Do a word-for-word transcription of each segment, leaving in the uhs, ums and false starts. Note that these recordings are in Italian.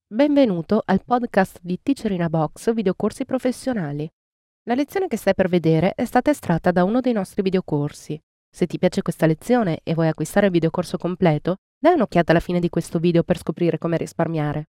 Benvenuto al podcast di Teacher in a Box videocorsi professionali. La lezione che stai per vedere è stata estratta da uno dei nostri videocorsi. Se ti piace questa lezione e vuoi acquistare il videocorso completo, dai un'occhiata alla fine di questo video per scoprire come risparmiare.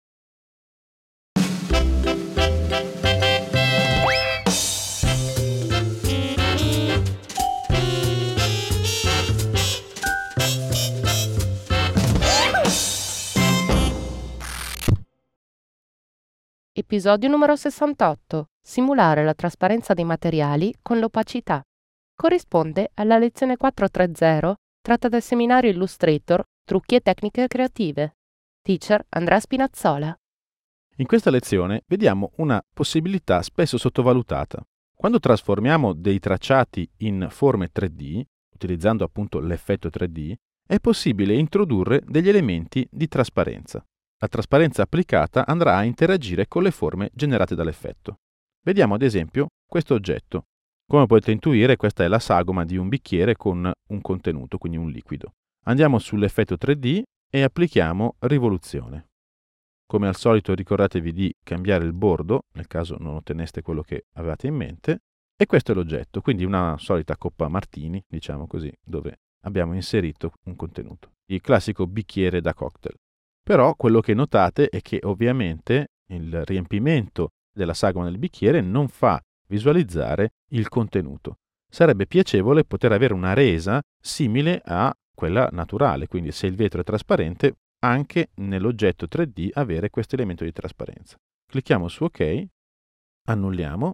Episodio numero sessantotto. Simulare la trasparenza dei materiali con l'opacità. Corrisponde alla lezione quattrocentotrenta tratta dal seminario Illustrator Trucchi e tecniche creative. Teacher Andrea Spinazzola. In questa lezione vediamo una possibilità spesso sottovalutata. Quando trasformiamo dei tracciati in forme tre D, utilizzando appunto l'effetto tre D, è possibile introdurre degli elementi di trasparenza. La trasparenza applicata andrà a interagire con le forme generate dall'effetto. Vediamo ad esempio questo oggetto. Come potete intuire, questa è la sagoma di un bicchiere con un contenuto, quindi un liquido. Andiamo sull'effetto tre D e applichiamo rivoluzione. Come al solito ricordatevi di cambiare il bordo, nel caso non otteneste quello che avevate in mente, e questo è l'oggetto, quindi una solita coppa Martini, diciamo così, dove abbiamo inserito un contenuto. Il classico bicchiere da cocktail. Però quello che notate è che ovviamente il riempimento della sagoma del bicchiere non fa visualizzare il contenuto. Sarebbe piacevole poter avere una resa simile a quella naturale, quindi se il vetro è trasparente, anche nell'oggetto tre D avere questo elemento di trasparenza. Clicchiamo su OK, annulliamo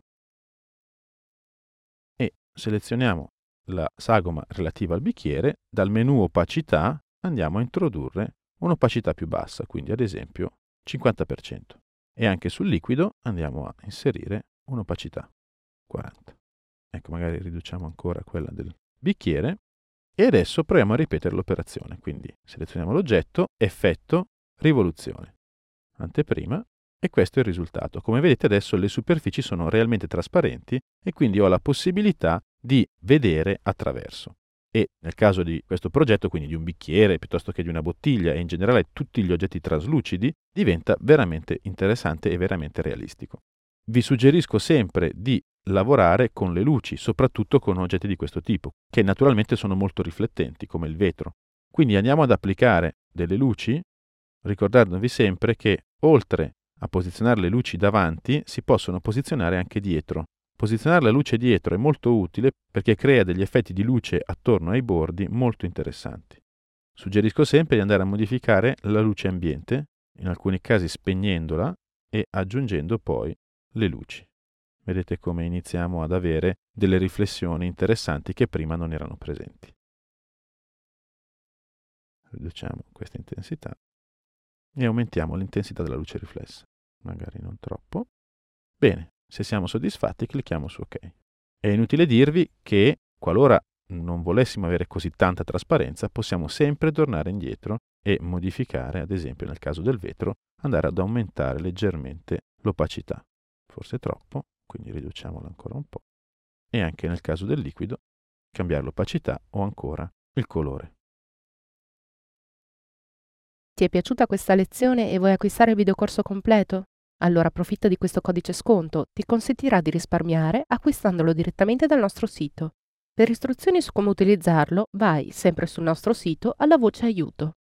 e selezioniamo la sagoma relativa al bicchiere. Dal menu opacità andiamo a introdurre un'opacità più bassa, quindi ad esempio cinquanta per cento. E anche sul liquido andiamo a inserire un'opacità quaranta. Ecco, magari riduciamo ancora quella del bicchiere. E adesso proviamo a ripetere l'operazione. Quindi selezioniamo l'oggetto, effetto, rivoluzione, anteprima, e questo è il risultato. Come vedete adesso le superfici sono realmente trasparenti e quindi ho la possibilità di vedere attraverso. E nel caso di questo progetto, quindi di un bicchiere piuttosto che di una bottiglia e in generale tutti gli oggetti traslucidi, diventa veramente interessante e veramente realistico. Vi suggerisco sempre di lavorare con le luci, soprattutto con oggetti di questo tipo, che naturalmente sono molto riflettenti, come il vetro. Quindi andiamo ad applicare delle luci, ricordandovi sempre che oltre a posizionare le luci davanti, si possono posizionare anche dietro. Posizionare la luce dietro è molto utile perché crea degli effetti di luce attorno ai bordi molto interessanti. Suggerisco sempre di andare a modificare la luce ambiente, in alcuni casi spegnendola e aggiungendo poi le luci. Vedete come iniziamo ad avere delle riflessioni interessanti che prima non erano presenti. Riduciamo questa intensità e aumentiamo l'intensità della luce riflessa, magari non troppo. Bene, se siamo soddisfatti clicchiamo su OK. È inutile dirvi che qualora non volessimo avere così tanta trasparenza, possiamo sempre tornare indietro e modificare, ad esempio nel caso del vetro, andare ad aumentare leggermente l'opacità. Forse troppo, quindi riduciamola ancora un po'. E anche nel caso del liquido, cambiare l'opacità o ancora il colore. Ti è piaciuta questa lezione e vuoi acquistare il videocorso completo? Allora approfitta di questo codice sconto, ti consentirà di risparmiare acquistandolo direttamente dal nostro sito. Per istruzioni su come utilizzarlo, vai sempre sul nostro sito alla voce aiuto.